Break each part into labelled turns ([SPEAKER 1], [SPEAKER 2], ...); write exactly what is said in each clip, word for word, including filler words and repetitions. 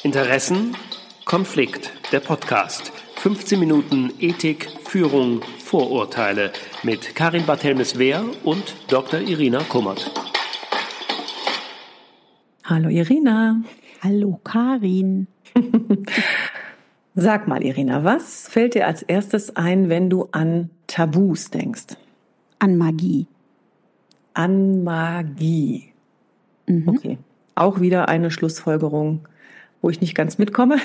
[SPEAKER 1] Interessen, Konflikt, der Podcast. fünfzehn Minuten Ethik, Führung, Vorurteile mit Karin Barthelmes-Wehr und Doktor Irina Kummert.
[SPEAKER 2] Hallo Irina.
[SPEAKER 3] Hallo Karin.
[SPEAKER 2] Sag mal Irina, was fällt dir als erstes ein, wenn du an Tabus denkst?
[SPEAKER 3] An Magie.
[SPEAKER 2] An Magie.
[SPEAKER 3] Mhm.
[SPEAKER 2] Okay, auch wieder eine Schlussfolgerung, wo ich nicht ganz mitkomme.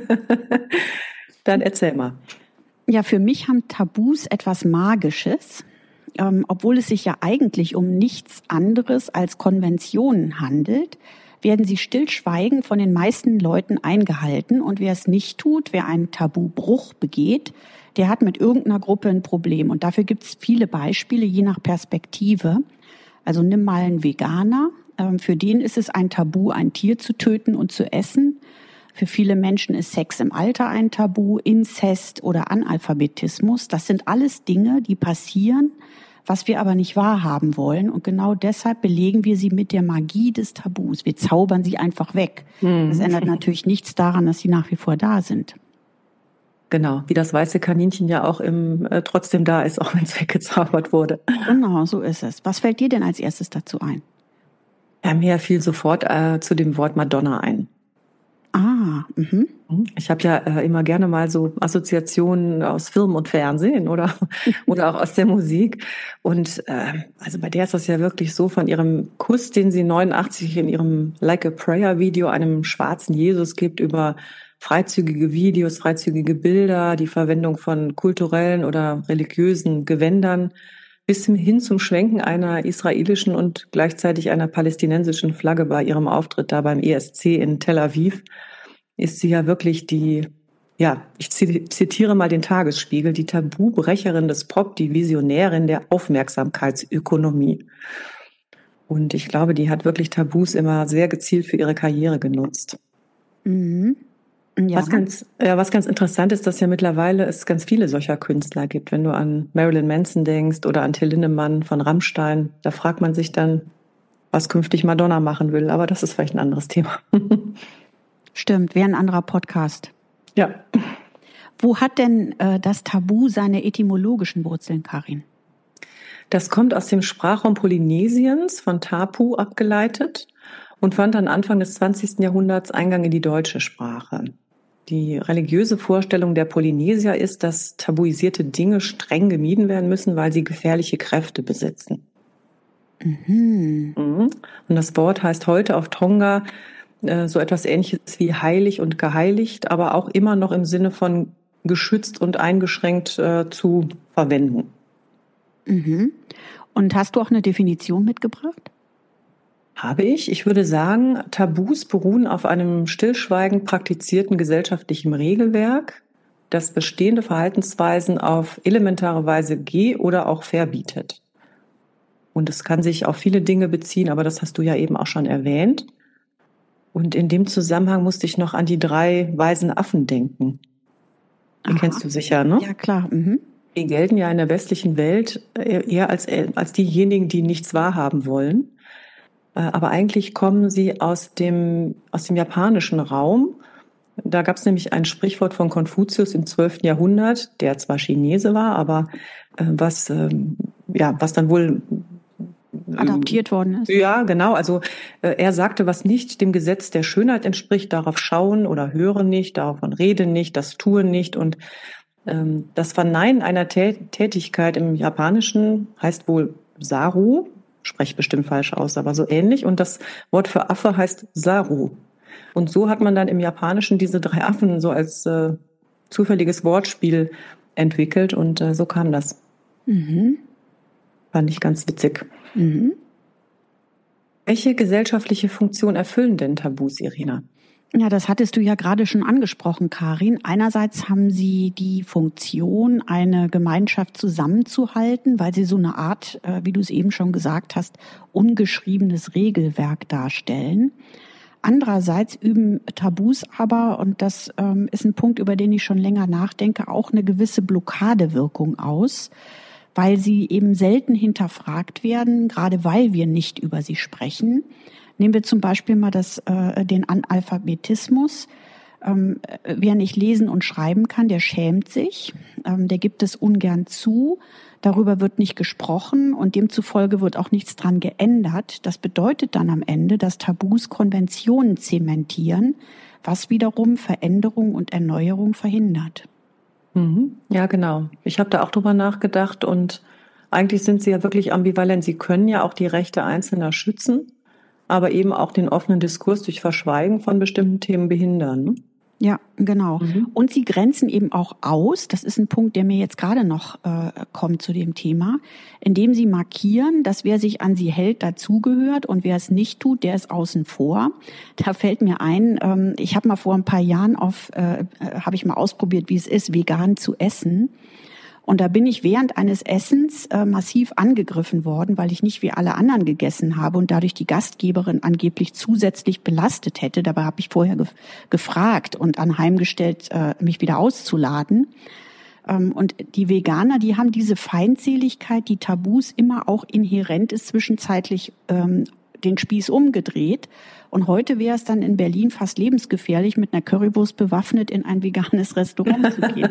[SPEAKER 2] Dann erzähl mal.
[SPEAKER 3] Ja, für mich haben Tabus etwas Magisches, ähm, obwohl es sich ja eigentlich um nichts anderes als Konventionen handelt, werden sie stillschweigend von den meisten Leuten eingehalten. Und wer es nicht tut, wer einen Tabubruch begeht, der hat mit irgendeiner Gruppe ein Problem. Und dafür gibt es viele Beispiele, je nach Perspektive. Also nimm mal einen Veganer. Ähm, für den ist es ein Tabu, ein Tier zu töten und zu essen. Für viele Menschen ist Sex im Alter ein Tabu, Inzest oder Analphabetismus. Das sind alles Dinge, die passieren, was wir aber nicht wahrhaben wollen. Und genau deshalb belegen wir sie mit der Magie des Tabus. Wir zaubern sie einfach weg. Mhm. Das ändert natürlich nichts daran, dass sie nach wie vor da sind.
[SPEAKER 2] Genau, wie das weiße Kaninchen ja auch im, äh, trotzdem da ist, auch wenn es weggezaubert wurde.
[SPEAKER 3] Genau, so ist es. Was fällt dir denn als erstes dazu ein?
[SPEAKER 2] Ja, mir fiel sofort äh, zu dem Wort Madonna ein.
[SPEAKER 3] Ah, mhm.
[SPEAKER 2] Ich habe ja äh, immer gerne mal so Assoziationen aus Film und Fernsehen oder oder auch aus der Musik. Und äh, also bei der ist das ja wirklich so, von ihrem Kuss, den sie neunundachtzig in ihrem Like a Prayer Video einem schwarzen Jesus gibt, über freizügige Videos, freizügige Bilder, die Verwendung von kulturellen oder religiösen Gewändern, bis hin zum Schwenken einer israelischen und gleichzeitig einer palästinensischen Flagge bei ihrem Auftritt da beim E S C in Tel Aviv, ist sie ja wirklich die, ja, ich zitiere mal den Tagesspiegel, die Tabubrecherin des Pop, die Visionärin der Aufmerksamkeitsökonomie. Und ich glaube, die hat wirklich Tabus immer sehr gezielt für ihre Karriere genutzt.
[SPEAKER 3] Mhm. Ja.
[SPEAKER 2] Was ganz, ja, was ganz interessant ist, dass ja mittlerweile es ganz viele solcher Künstler gibt. Wenn du an Marilyn Manson denkst oder an Till Lindemann von Rammstein, da fragt man sich dann, was künftig Madonna machen will. Aber das ist vielleicht ein anderes Thema.
[SPEAKER 3] Stimmt, wäre ein anderer Podcast.
[SPEAKER 2] Ja.
[SPEAKER 3] Wo hat denn äh, das Tabu seine etymologischen Wurzeln, Karin?
[SPEAKER 2] Das kommt aus dem Sprachraum Polynesiens, von Tapu abgeleitet, und fand dann Anfang des zwanzigsten Jahrhunderts Eingang in die deutsche Sprache. Die religiöse Vorstellung der Polynesier ist, dass tabuisierte Dinge streng gemieden werden müssen, weil sie gefährliche Kräfte besitzen.
[SPEAKER 3] Mhm.
[SPEAKER 2] Und das Wort heißt heute auf Tonga äh, so etwas Ähnliches wie heilig und geheiligt, aber auch immer noch im Sinne von geschützt und eingeschränkt äh, zu verwenden.
[SPEAKER 3] Mhm. Und hast du auch eine Definition mitgebracht?
[SPEAKER 2] Habe ich. Ich würde sagen, Tabus beruhen auf einem stillschweigend praktizierten gesellschaftlichen Regelwerk, das bestehende Verhaltensweisen auf elementare Weise ge- oder auch verbietet. Und es kann sich auf viele Dinge beziehen, aber das hast du ja eben auch schon erwähnt. Und in dem Zusammenhang musste ich noch an die drei weisen Affen denken. Die
[SPEAKER 3] Aha.
[SPEAKER 2] Kennst du sicher, ne?
[SPEAKER 3] Ja, klar. Mhm.
[SPEAKER 2] Die gelten ja in der westlichen Welt eher als, als diejenigen, die nichts wahrhaben wollen. Aber eigentlich kommen sie aus dem, aus dem japanischen Raum. Da gab es nämlich ein Sprichwort von Konfuzius im zwölften Jahrhundert, der zwar Chinese war, aber äh, was, äh, ja, was dann wohl äh,
[SPEAKER 3] adaptiert worden ist.
[SPEAKER 2] Ja, genau. Also äh, er sagte, was nicht dem Gesetz der Schönheit entspricht, darauf schauen oder hören nicht, davon reden nicht, das tun nicht. Und ähm, das Verneinen einer Tä- Tätigkeit im Japanischen heißt wohl Saru. Spreche bestimmt falsch aus, aber so ähnlich. Und das Wort für Affe heißt Saru. Und so hat man dann im Japanischen diese drei Affen so als äh, zufälliges Wortspiel entwickelt. Und äh, so kam das.
[SPEAKER 3] Mhm.
[SPEAKER 2] Fand ich ganz witzig.
[SPEAKER 3] Mhm.
[SPEAKER 2] Welche gesellschaftliche Funktion erfüllen denn Tabus, Irina?
[SPEAKER 3] Ja, das hattest du ja gerade schon angesprochen, Karin. Einerseits haben sie die Funktion, eine Gemeinschaft zusammenzuhalten, weil sie so eine Art, wie du es eben schon gesagt hast, ungeschriebenes Regelwerk darstellen. Andererseits üben Tabus aber, und das ähm, ist ein Punkt, über den ich schon länger nachdenke, auch eine gewisse Blockadewirkung aus, weil sie eben selten hinterfragt werden, gerade weil wir nicht über sie sprechen. Nehmen wir zum Beispiel mal das, äh, den Analphabetismus. Ähm, wer nicht lesen und schreiben kann, der schämt sich, ähm, der gibt es ungern zu. Darüber wird nicht gesprochen und demzufolge wird auch nichts dran geändert. Das bedeutet dann am Ende, dass Tabus Konventionen zementieren, was wiederum Veränderung und Erneuerung verhindert.
[SPEAKER 2] Mhm. Ja, genau. Ich habe da auch drüber nachgedacht und eigentlich sind sie ja wirklich ambivalent. Sie können ja auch die Rechte Einzelner schützen, aber eben auch den offenen Diskurs durch Verschweigen von bestimmten Themen behindern, ne?
[SPEAKER 3] Ja, genau.
[SPEAKER 2] Mhm.
[SPEAKER 3] Und sie grenzen eben auch aus, das ist ein Punkt, der mir jetzt gerade noch äh, kommt zu dem Thema, indem sie markieren, dass wer sich an sie hält, dazugehört und wer es nicht tut, der ist außen vor. Da fällt mir ein, ähm, ich habe mal vor ein paar Jahren auf, äh, habe ich mal ausprobiert, wie es ist, vegan zu essen. Und da bin ich während eines Essens äh, massiv angegriffen worden, weil ich nicht wie alle anderen gegessen habe und dadurch die Gastgeberin angeblich zusätzlich belastet hätte. Dabei habe ich vorher ge- gefragt und anheimgestellt, äh, mich wieder auszuladen. Ähm, und die Veganer, die haben diese Feindseligkeit, die Tabus immer auch inhärent ist, zwischenzeitlich ähm, den Spieß umgedreht. Und heute wäre es dann in Berlin fast lebensgefährlich, mit einer Currywurst bewaffnet in ein veganes Restaurant zu gehen.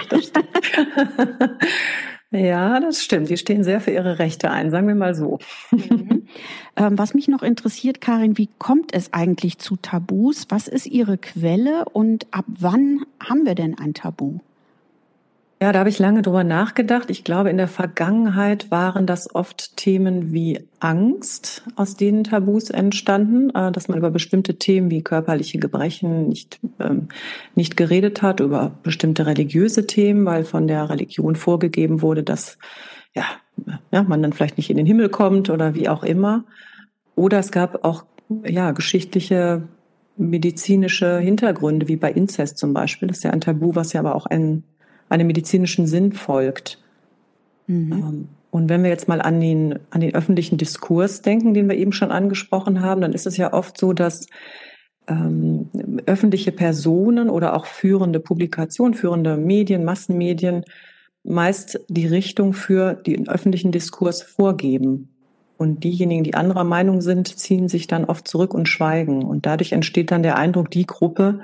[SPEAKER 2] Ja, das stimmt. Die stehen sehr für ihre Rechte ein, sagen wir mal so.
[SPEAKER 3] Mhm. Ähm, was mich noch interessiert, Karin, wie kommt es eigentlich zu Tabus? Was ist Ihre Quelle und ab wann haben wir denn ein Tabu?
[SPEAKER 2] Ja, da habe ich lange drüber nachgedacht. Ich glaube, in der Vergangenheit waren das oft Themen wie Angst, aus denen Tabus entstanden, äh, dass man über bestimmte Themen wie körperliche Gebrechen nicht, ähm, nicht geredet hat, über bestimmte religiöse Themen, weil von der Religion vorgegeben wurde, dass ja, ja, man dann vielleicht nicht in den Himmel kommt oder wie auch immer. Oder es gab auch ja, geschichtliche, medizinische Hintergründe, wie bei Inzest zum Beispiel. Das ist ja ein Tabu, was ja aber auch einen einem medizinischen Sinn folgt. Mhm. Und wenn wir jetzt mal an den, an den öffentlichen Diskurs denken, den wir eben schon angesprochen haben, dann ist es ja oft so, dass ähm, öffentliche Personen oder auch führende Publikationen, führende Medien, Massenmedien meist die Richtung für den öffentlichen Diskurs vorgeben. Und diejenigen, die anderer Meinung sind, ziehen sich dann oft zurück und schweigen. Und dadurch entsteht dann der Eindruck, die Gruppe,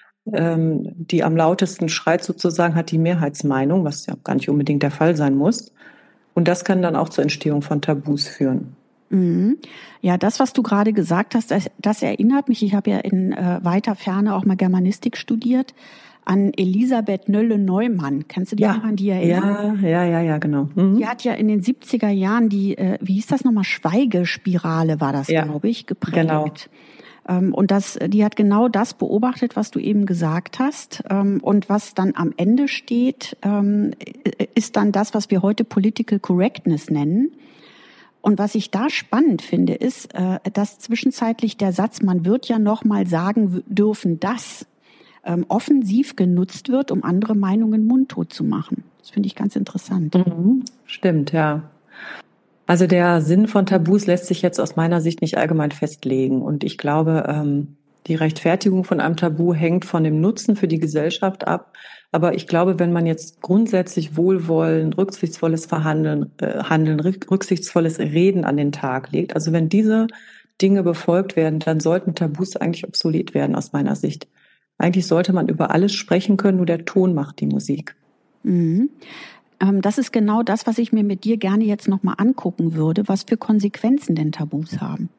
[SPEAKER 2] die am lautesten schreit sozusagen, hat die Mehrheitsmeinung, was ja gar nicht unbedingt der Fall sein muss. Und das kann dann auch zur Entstehung von Tabus führen.
[SPEAKER 3] Mhm. Ja, das, was du gerade gesagt hast, das, das erinnert mich, ich habe ja in äh, weiter Ferne auch mal Germanistik studiert, an Elisabeth Nölle-Neumann. Kennst du die
[SPEAKER 2] ja.
[SPEAKER 3] noch an die erinnern?
[SPEAKER 2] Ja, ja, ja, ja, genau. Mhm.
[SPEAKER 3] Die hat ja in den siebziger Jahren die, äh, wie hieß das nochmal, Schweigespirale war das, ja, glaube ich, geprägt.
[SPEAKER 2] Genau.
[SPEAKER 3] Und das, die hat genau das beobachtet, was du eben gesagt hast. Und was dann am Ende steht, ist dann das, was wir heute Political Correctness nennen. Und was ich da spannend finde, ist, dass zwischenzeitlich der Satz, man wird ja noch mal sagen dürfen, dass offensiv genutzt wird, um andere Meinungen mundtot zu machen. Das finde ich ganz interessant.
[SPEAKER 2] Mhm. Stimmt, ja. Also der Sinn von Tabus lässt sich jetzt aus meiner Sicht nicht allgemein festlegen. Und ich glaube, die Rechtfertigung von einem Tabu hängt von dem Nutzen für die Gesellschaft ab. Aber ich glaube, wenn man jetzt grundsätzlich Wohlwollen, rücksichtsvolles Verhandeln, äh, Handeln, rücksichtsvolles Reden an den Tag legt, also wenn diese Dinge befolgt werden, dann sollten Tabus eigentlich obsolet werden aus meiner Sicht. Eigentlich sollte man über alles sprechen können, nur der Ton macht die Musik.
[SPEAKER 3] Mhm. Das ist genau das, was ich mir mit dir gerne jetzt nochmal angucken würde, was für Konsequenzen denn Tabus haben.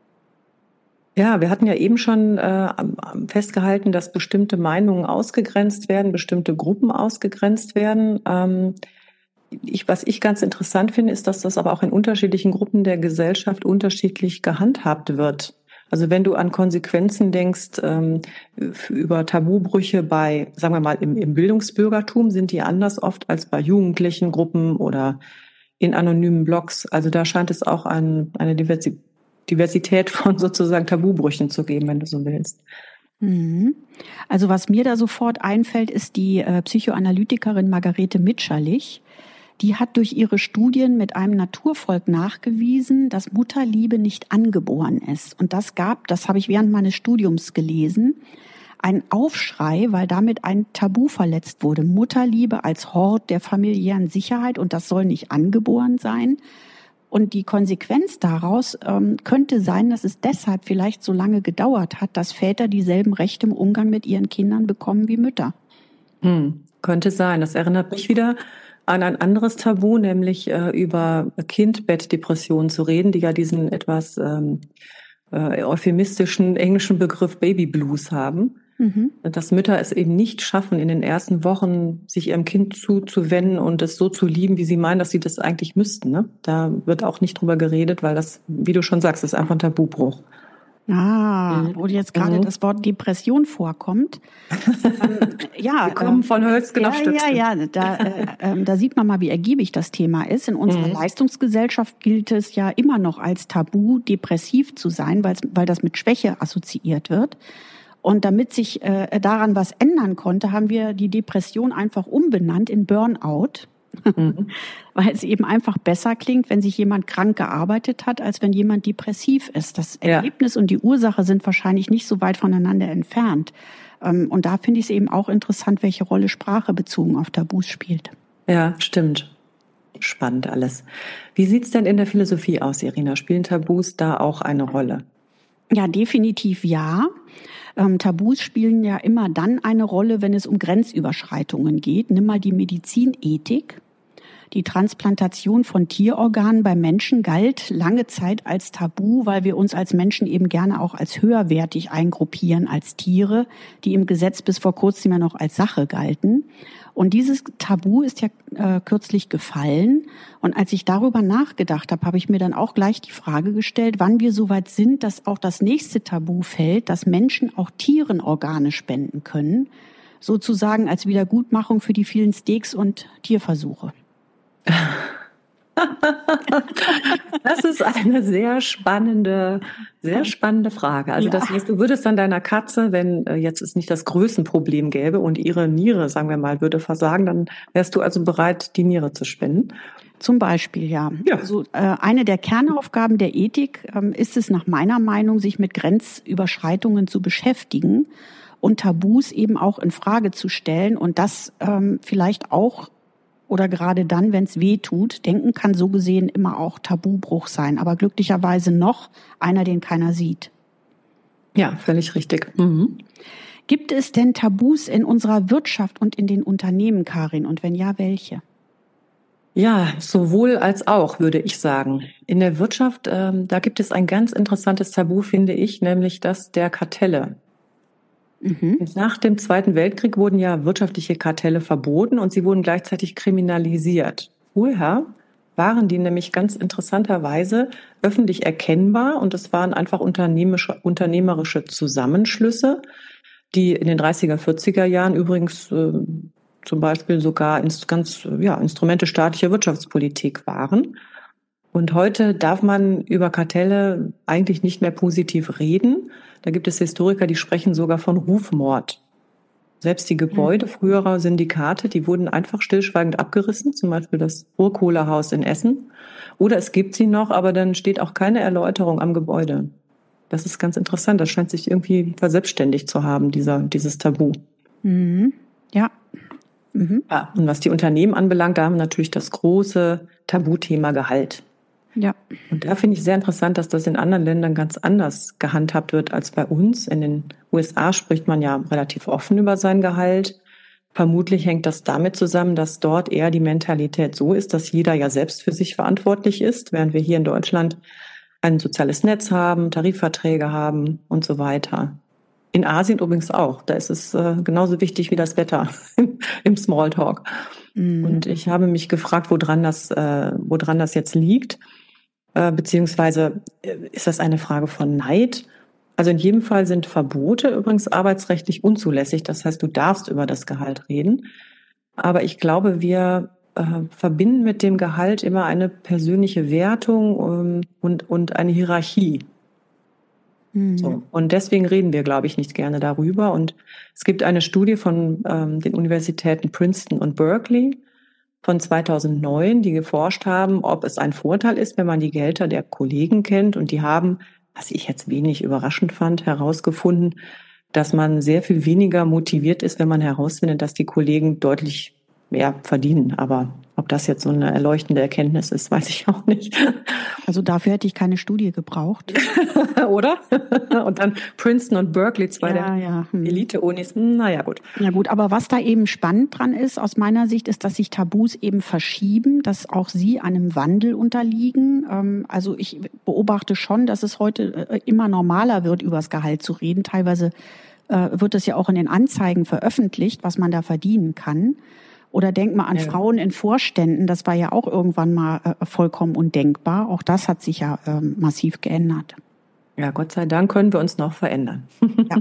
[SPEAKER 2] Ja, wir hatten ja eben schon äh, festgehalten, dass bestimmte Meinungen ausgegrenzt werden, bestimmte Gruppen ausgegrenzt werden. Ähm, ich, was ich ganz interessant finde, ist, dass das aber auch in unterschiedlichen Gruppen der Gesellschaft unterschiedlich gehandhabt wird. Also wenn du an Konsequenzen denkst ähm, über Tabubrüche bei, sagen wir mal, im, im Bildungsbürgertum, sind die anders oft als bei jugendlichen Gruppen oder in anonymen Blogs. Also da scheint es auch ein, eine Diversi- Diversität von sozusagen Tabubrüchen zu geben, wenn du so willst.
[SPEAKER 3] Also was mir da sofort einfällt, ist die äh, Psychoanalytikerin Margarete Mitscherlich. Die hat durch ihre Studien mit einem Naturvolk nachgewiesen, dass Mutterliebe nicht angeboren ist. Und das gab, das habe ich während meines Studiums gelesen, einen Aufschrei, weil damit ein Tabu verletzt wurde. Mutterliebe als Hort der familiären Sicherheit und das soll nicht angeboren sein. Und die Konsequenz daraus ähm, könnte sein, dass es deshalb vielleicht so lange gedauert hat, dass Väter dieselben Rechte im Umgang mit ihren Kindern bekommen wie Mütter.
[SPEAKER 2] Hm, könnte sein. Das erinnert mich wieder an ein anderes Tabu, nämlich äh, über Kindbettdepressionen zu reden, die ja diesen etwas ähm, äh, euphemistischen englischen Begriff Baby Blues haben. Mhm. Dass Mütter es eben nicht schaffen, in den ersten Wochen sich ihrem Kind zuzuwenden und es so zu lieben, wie sie meinen, dass sie das eigentlich müssten. Ne? Da wird auch nicht drüber geredet, weil das, wie du schon sagst, ist einfach ein Tabubruch.
[SPEAKER 3] Ah, mhm. Wo jetzt gerade mhm. das Wort Depression vorkommt. ähm, ja,
[SPEAKER 2] Wir kommen von Hölzgen auf
[SPEAKER 3] Stöckskin. Ja, ja, ja. Da, äh, äh, da sieht man mal, wie ergiebig das Thema ist. In unserer mhm. Leistungsgesellschaft gilt es ja immer noch als Tabu, depressiv zu sein, weil, weil das mit Schwäche assoziiert wird. Und damit sich äh, daran was ändern konnte, haben wir die Depression einfach umbenannt in Burnout. Mhm. Weil es eben einfach besser klingt, wenn sich jemand krank gearbeitet hat, als wenn jemand depressiv ist. Das Ergebnis ja. und die Ursache sind wahrscheinlich nicht so weit voneinander entfernt. Und da finde ich es eben auch interessant, welche Rolle Sprache bezogen auf Tabus spielt.
[SPEAKER 2] Ja, stimmt. Spannend alles. Wie sieht's denn in der Philosophie aus, Irina? Spielen Tabus da auch eine Rolle?
[SPEAKER 3] Ja, definitiv ja. Ähm, Tabus spielen ja immer dann eine Rolle, wenn es um Grenzüberschreitungen geht. Nimm mal die Medizinethik. Die Transplantation von Tierorganen bei Menschen galt lange Zeit als Tabu, weil wir uns als Menschen eben gerne auch als höherwertig eingruppieren als Tiere, die im Gesetz bis vor kurzem ja noch als Sache galten. Und dieses Tabu ist ja äh, kürzlich gefallen. Und als ich darüber nachgedacht habe, habe ich mir dann auch gleich die Frage gestellt, wann wir so weit sind, dass auch das nächste Tabu fällt, dass Menschen auch Tieren Organe spenden können, sozusagen als Wiedergutmachung für die vielen Steaks und Tierversuche.
[SPEAKER 2] Das ist eine sehr spannende, sehr spannende Frage. Also ja. Das heißt, du würdest dann deiner Katze, wenn äh, jetzt es nicht das Größenproblem gäbe und ihre Niere, sagen wir mal, würde versagen, dann wärst du also bereit, die Niere zu spenden?
[SPEAKER 3] Zum Beispiel, ja. ja. Also äh, eine der Kernaufgaben der Ethik ähm, ist es nach meiner Meinung, sich mit Grenzüberschreitungen zu beschäftigen und Tabus eben auch in Frage zu stellen und das ähm, vielleicht auch oder gerade dann, wenn es weh tut. Denken kann so gesehen immer auch Tabubruch sein, aber glücklicherweise noch einer, den keiner sieht.
[SPEAKER 2] Ja, völlig richtig. Mhm.
[SPEAKER 3] Gibt es denn Tabus in unserer Wirtschaft und in den Unternehmen, Karin? Und wenn ja, welche?
[SPEAKER 2] Ja, sowohl als auch, würde ich sagen. In der Wirtschaft, ähm, da gibt es ein ganz interessantes Tabu, finde ich, nämlich das der Kartelle. Mhm. Nach dem Zweiten Weltkrieg wurden ja wirtschaftliche Kartelle verboten und sie wurden gleichzeitig kriminalisiert. Vorher waren die nämlich ganz interessanterweise öffentlich erkennbar und es waren einfach unternehmerische, unternehmerische Zusammenschlüsse, die in den dreißiger, vierziger Jahren übrigens äh, zum Beispiel sogar ins, ganz ja, Instrumente staatlicher Wirtschaftspolitik waren. Und heute darf man über Kartelle eigentlich nicht mehr positiv reden. Da gibt es Historiker, die sprechen sogar von Rufmord. Selbst die Gebäude früherer Syndikate, die wurden einfach stillschweigend abgerissen, zum Beispiel das Urkohlehaus in Essen. Oder es gibt sie noch, aber dann steht auch keine Erläuterung am Gebäude. Das ist ganz interessant. Das scheint sich irgendwie verselbstständigt zu haben, dieser, dieses Tabu.
[SPEAKER 3] Mhm. Ja.
[SPEAKER 2] Mhm. Ja. Und was die Unternehmen anbelangt, da haben wir natürlich das große Tabuthema Gehalt.
[SPEAKER 3] Ja.
[SPEAKER 2] Und da finde ich sehr interessant, dass das in anderen Ländern ganz anders gehandhabt wird als bei uns. In den U S A spricht man ja relativ offen über sein Gehalt. Vermutlich hängt das damit zusammen, dass dort eher die Mentalität so ist, dass jeder ja selbst für sich verantwortlich ist, während wir hier in Deutschland ein soziales Netz haben, Tarifverträge haben und so weiter. In Asien übrigens auch. Da ist es äh, genauso wichtig wie das Wetter im Smalltalk. Mhm. Und ich habe mich gefragt, woran das, äh, woran das jetzt liegt. Äh, beziehungsweise äh, ist das eine Frage von Neid? Also in jedem Fall sind Verbote übrigens arbeitsrechtlich unzulässig. Das heißt, du darfst über das Gehalt reden. Aber ich glaube, wir äh, verbinden mit dem Gehalt immer eine persönliche Wertung ähm, und, und eine Hierarchie. Mhm. So. Und deswegen reden wir, glaube ich, nicht gerne darüber. Und es gibt eine Studie von ähm, den Universitäten Princeton und Berkeley von zweitausendneun, die geforscht haben, ob es ein Vorteil ist, wenn man die Gehälter der Kollegen kennt. Und die haben, was ich jetzt wenig überraschend fand, herausgefunden, dass man sehr viel weniger motiviert ist, wenn man herausfindet, dass die Kollegen deutlich mehr verdienen. Aber Ob das jetzt so eine erleuchtende Erkenntnis ist, weiß ich auch nicht.
[SPEAKER 3] Also dafür hätte ich keine Studie gebraucht.
[SPEAKER 2] Oder? Und dann Princeton und Berkeley, zwei
[SPEAKER 3] Ja,
[SPEAKER 2] der
[SPEAKER 3] ja. Hm.
[SPEAKER 2] Elite-Unis. Naja, gut.
[SPEAKER 3] Ja gut, aber was da eben spannend dran ist, aus meiner Sicht, ist, dass sich Tabus eben verschieben, dass auch sie einem Wandel unterliegen. Also ich beobachte schon, dass es heute immer normaler wird, über das Gehalt zu reden. Teilweise wird es ja auch in den Anzeigen veröffentlicht, was man da verdienen kann. Oder denk mal an ja. Frauen in Vorständen, das war ja auch irgendwann mal äh, vollkommen undenkbar. Auch das hat sich ja ähm, massiv geändert.
[SPEAKER 2] Ja, Gott sei Dank können wir uns noch verändern. Ja.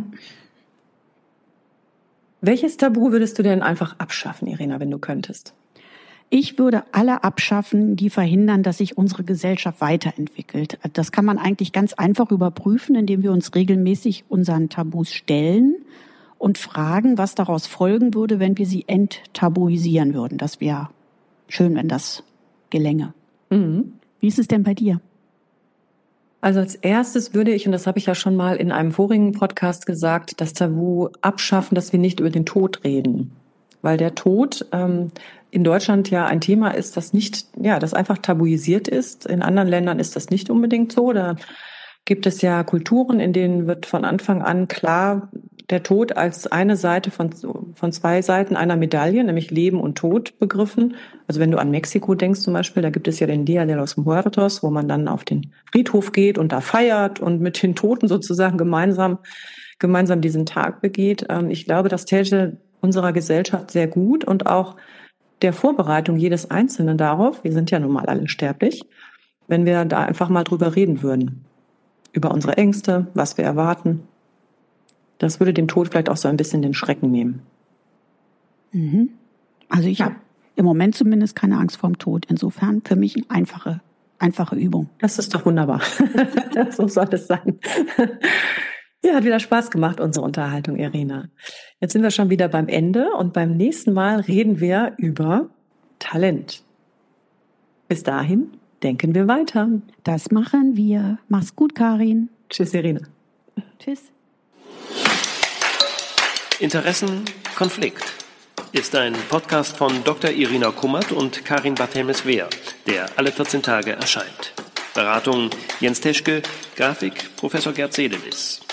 [SPEAKER 2] Welches Tabu würdest du denn einfach abschaffen, Irina, wenn du könntest?
[SPEAKER 3] Ich würde alle abschaffen, die verhindern, dass sich unsere Gesellschaft weiterentwickelt. Das kann man eigentlich ganz einfach überprüfen, indem wir uns regelmäßig unseren Tabus stellen und fragen, was daraus folgen würde, wenn wir sie enttabuisieren würden. Das wäre schön, wenn das gelänge. Mhm. Wie ist es denn bei dir?
[SPEAKER 2] Also als erstes würde ich, und das habe ich ja schon mal in einem vorigen Podcast gesagt, das Tabu abschaffen, dass wir nicht über den Tod reden. Weil der Tod ähm, in Deutschland ja ein Thema ist, das nicht, ja, das einfach tabuisiert ist. In anderen Ländern ist das nicht unbedingt so. Da gibt es ja Kulturen, in denen wird von Anfang an klar der Tod als eine Seite von, von zwei Seiten einer Medaille, nämlich Leben und Tod, begriffen. Also wenn du an Mexiko denkst zum Beispiel, da gibt es ja den Dia de los Muertos, wo man dann auf den Friedhof geht und da feiert und mit den Toten sozusagen gemeinsam, gemeinsam diesen Tag begeht. Ich glaube, das täte unserer Gesellschaft sehr gut und auch der Vorbereitung jedes Einzelnen darauf, wir sind ja nun mal alle sterblich, wenn wir da einfach mal drüber reden würden. Über unsere Ängste, was wir erwarten. Das würde dem Tod vielleicht auch so ein bisschen den Schrecken nehmen.
[SPEAKER 3] Mhm. Also ich ja. habe im Moment zumindest keine Angst vorm Tod. Insofern für mich eine einfache, einfache Übung.
[SPEAKER 2] Das ist doch wunderbar. So soll es sein. Ja, hat wieder Spaß gemacht, unsere Unterhaltung, Irina. Jetzt sind wir schon wieder beim Ende und beim nächsten Mal reden wir über Talent. Bis dahin denken wir weiter.
[SPEAKER 3] Das machen wir. Mach's gut, Karin.
[SPEAKER 2] Tschüss, Irina.
[SPEAKER 3] Tschüss.
[SPEAKER 1] Interessen, Konflikt ist ein Podcast von Doktor Irina Kummert und Karin Barthelmes-Wehr, der alle vierzehn Tage erscheint. Beratung Jens Teschke, Grafik Professor Gerd Sedelis.